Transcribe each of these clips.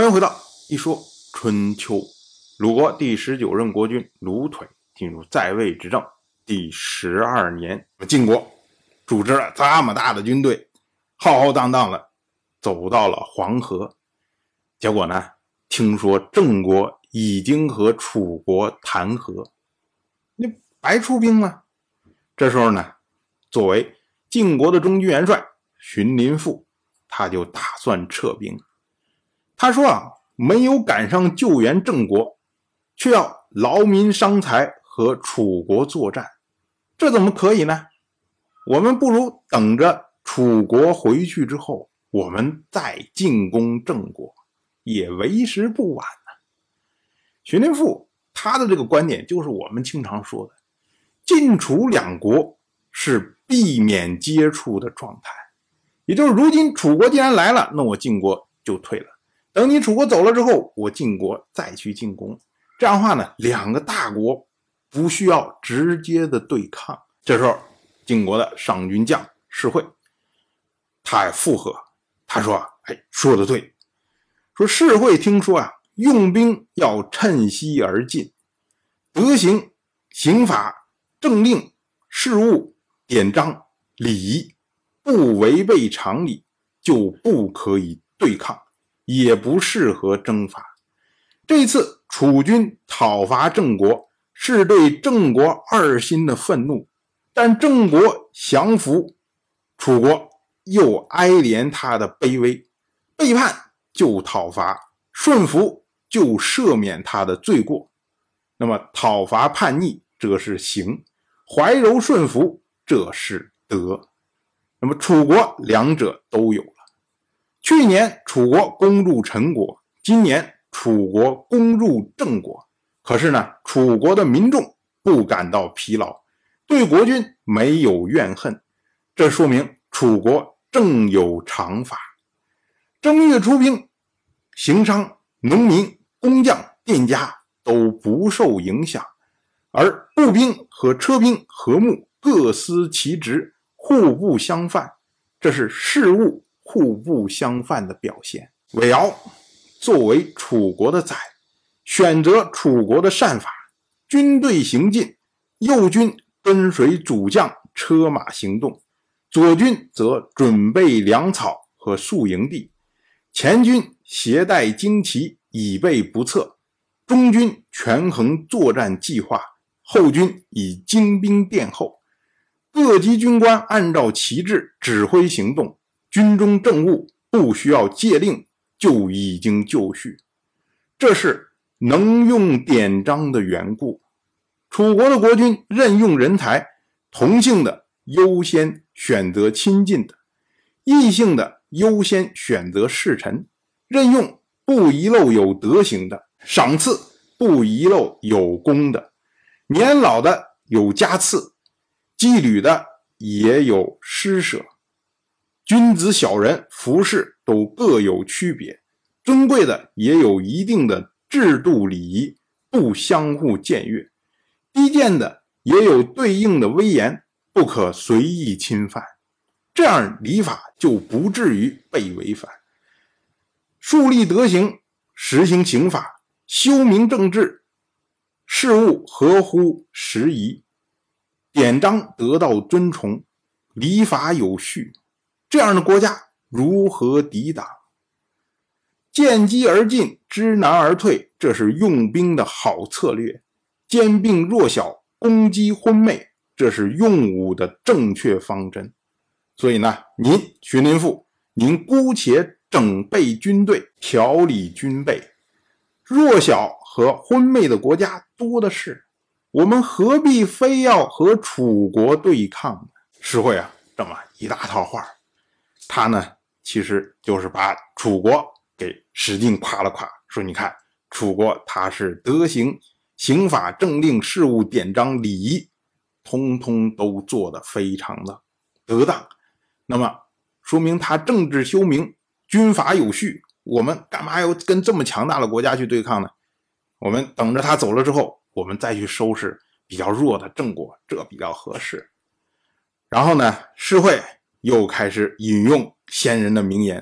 们回到一说春秋，鲁国第19任国君鲁腿进入在位执政第12年，晋国组织了这么大的军队，浩浩荡荡了走到了黄河。结果呢，听说郑国已经和楚国谈和，你白出兵了。这时候呢，作为晋国的中军元帅荀林父，他就打算撤兵。他说没有赶上救援郑国，却要劳民伤财和楚国作战，这怎么可以呢？我们不如等着楚国回去之后，我们再进攻郑国，也为时不晚呢。荀林父他的这个观点就是我们经常说的，晋楚两国是避免接触的状态，也就是如今楚国既然来了，那我晋国就退了，等你楚国走了之后，我晋国再去进攻。这样的话呢，两个大国不需要直接的对抗。这时候晋国的上军将士会他也附和，他说说得对，说士会听说用兵要趁机而进，德行、刑法、政令、事务、典章、礼仪不违背常理，就不可以对抗，也不适合征伐。这次楚军讨伐郑国，是对郑国二心的愤怒，但郑国降服，楚国又哀怜他的卑微，背叛就讨伐，顺服就赦免他的罪过。那么讨伐叛逆，这是刑；怀柔顺服，这是德。那么楚国两者都有了。去年楚国攻入陈国，今年楚国攻入郑国，可是呢，楚国的民众不感到疲劳，对国君没有怨恨，这说明楚国正有常法。正月出兵，行商、农民、工匠、店家都不受影响，而步兵和车兵和睦，各司其职，互不相犯，这是事物互不相犯的表现。韦敖作为楚国的宰，选择楚国的善法，军队行进，右军跟随主将车马行动，左军则准备粮草和宿营地，前军携带旌旗以备不测，中军权衡作战计划，后军以精兵殿后，各级军官按照旗帜指挥行动，军中政务不需要戒令就已经就绪，这是能用典章的缘故。楚国的国君任用人才，同性的优先选择亲近的，异性的优先选择侍臣，任用不遗漏有德行的，赏赐不遗漏有功的，年老的有加赐，羁旅的也有施舍。君子小人服侍都各有区别，尊贵的也有一定的制度礼仪，不相互僭越，低贱的也有对应的威严，不可随意侵犯，这样礼法就不至于被违反。树立德行，实行刑法，修明政治，事务合乎时宜，典章得到尊崇，礼法有序，这样的国家如何抵挡？见机而进，知难而退，这是用兵的好策略。兼并弱小，攻击昏昧，这是用武的正确方针。所以呢，您荀林父，您姑且整备军队，调理军备，弱小和昏昧的国家多的是，我们何必非要和楚国对抗呢？诗会这么一大套话，他呢其实就是把楚国给使劲夸了夸，说你看楚国他是德行、刑法、政令、事务、典章、礼仪通通都做得非常的得当，那么说明他政治修明，军法有序，我们干嘛要跟这么强大的国家去对抗呢？我们等着他走了之后，我们再去收拾比较弱的郑国，这比较合适。然后呢，诗会又开始引用先人的名言，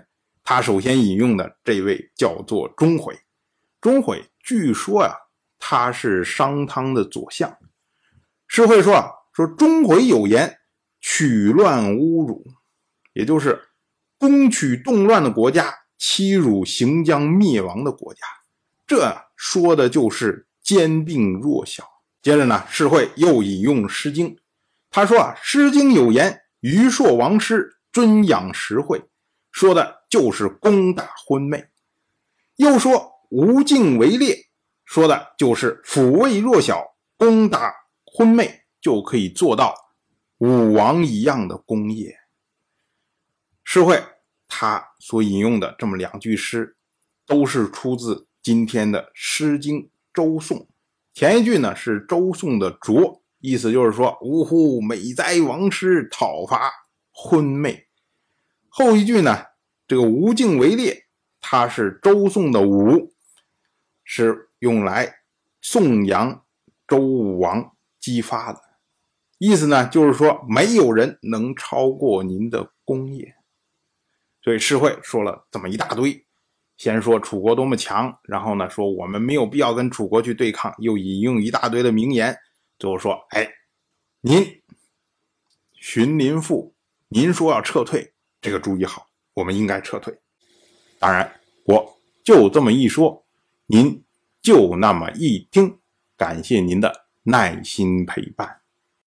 他首先引用的这位叫做钟悔。钟悔据说他是商汤的左相。诗会说钟悔有言，取乱侮辱，也就是攻取动乱的国家，欺辱行将灭亡的国家，这说的就是兼并弱小。接着呢，诗会又引用诗经，他说诗经有言，虞朔王师，尊养实惠，说的就是攻打昏昧。又说无尽为烈，说的就是抚慰弱小，攻打昏昧，就可以做到武王一样的功业。诗会他所引用的这么2句诗，都是出自今天的诗经周颂。前一句呢是周颂的卓，意思就是说呜呼，美哉王师，讨伐昏昧。后一句呢，这个无尽为烈，它是周颂的武，是用来颂扬周武王激发的。意思呢就是说没有人能超过您的功业。所以诗会说了这么一大堆，先说楚国多么强，然后呢说我们没有必要跟楚国去对抗，又引用一大堆的名言，最后说您荀林父，您说要撤退，这个主意好，我们应该撤退。当然我就这么一说，您就那么一听，感谢您的耐心陪伴。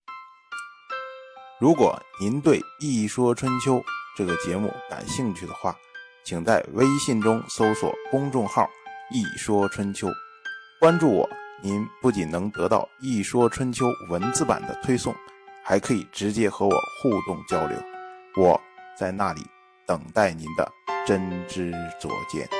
如果您对《一说春秋》这个节目感兴趣的话，请在微信中搜索公众号“一说春秋”，关注我，您不仅能得到《一说春秋》文字版的推送，还可以直接和我互动交流。我在那里等待您的真知灼见。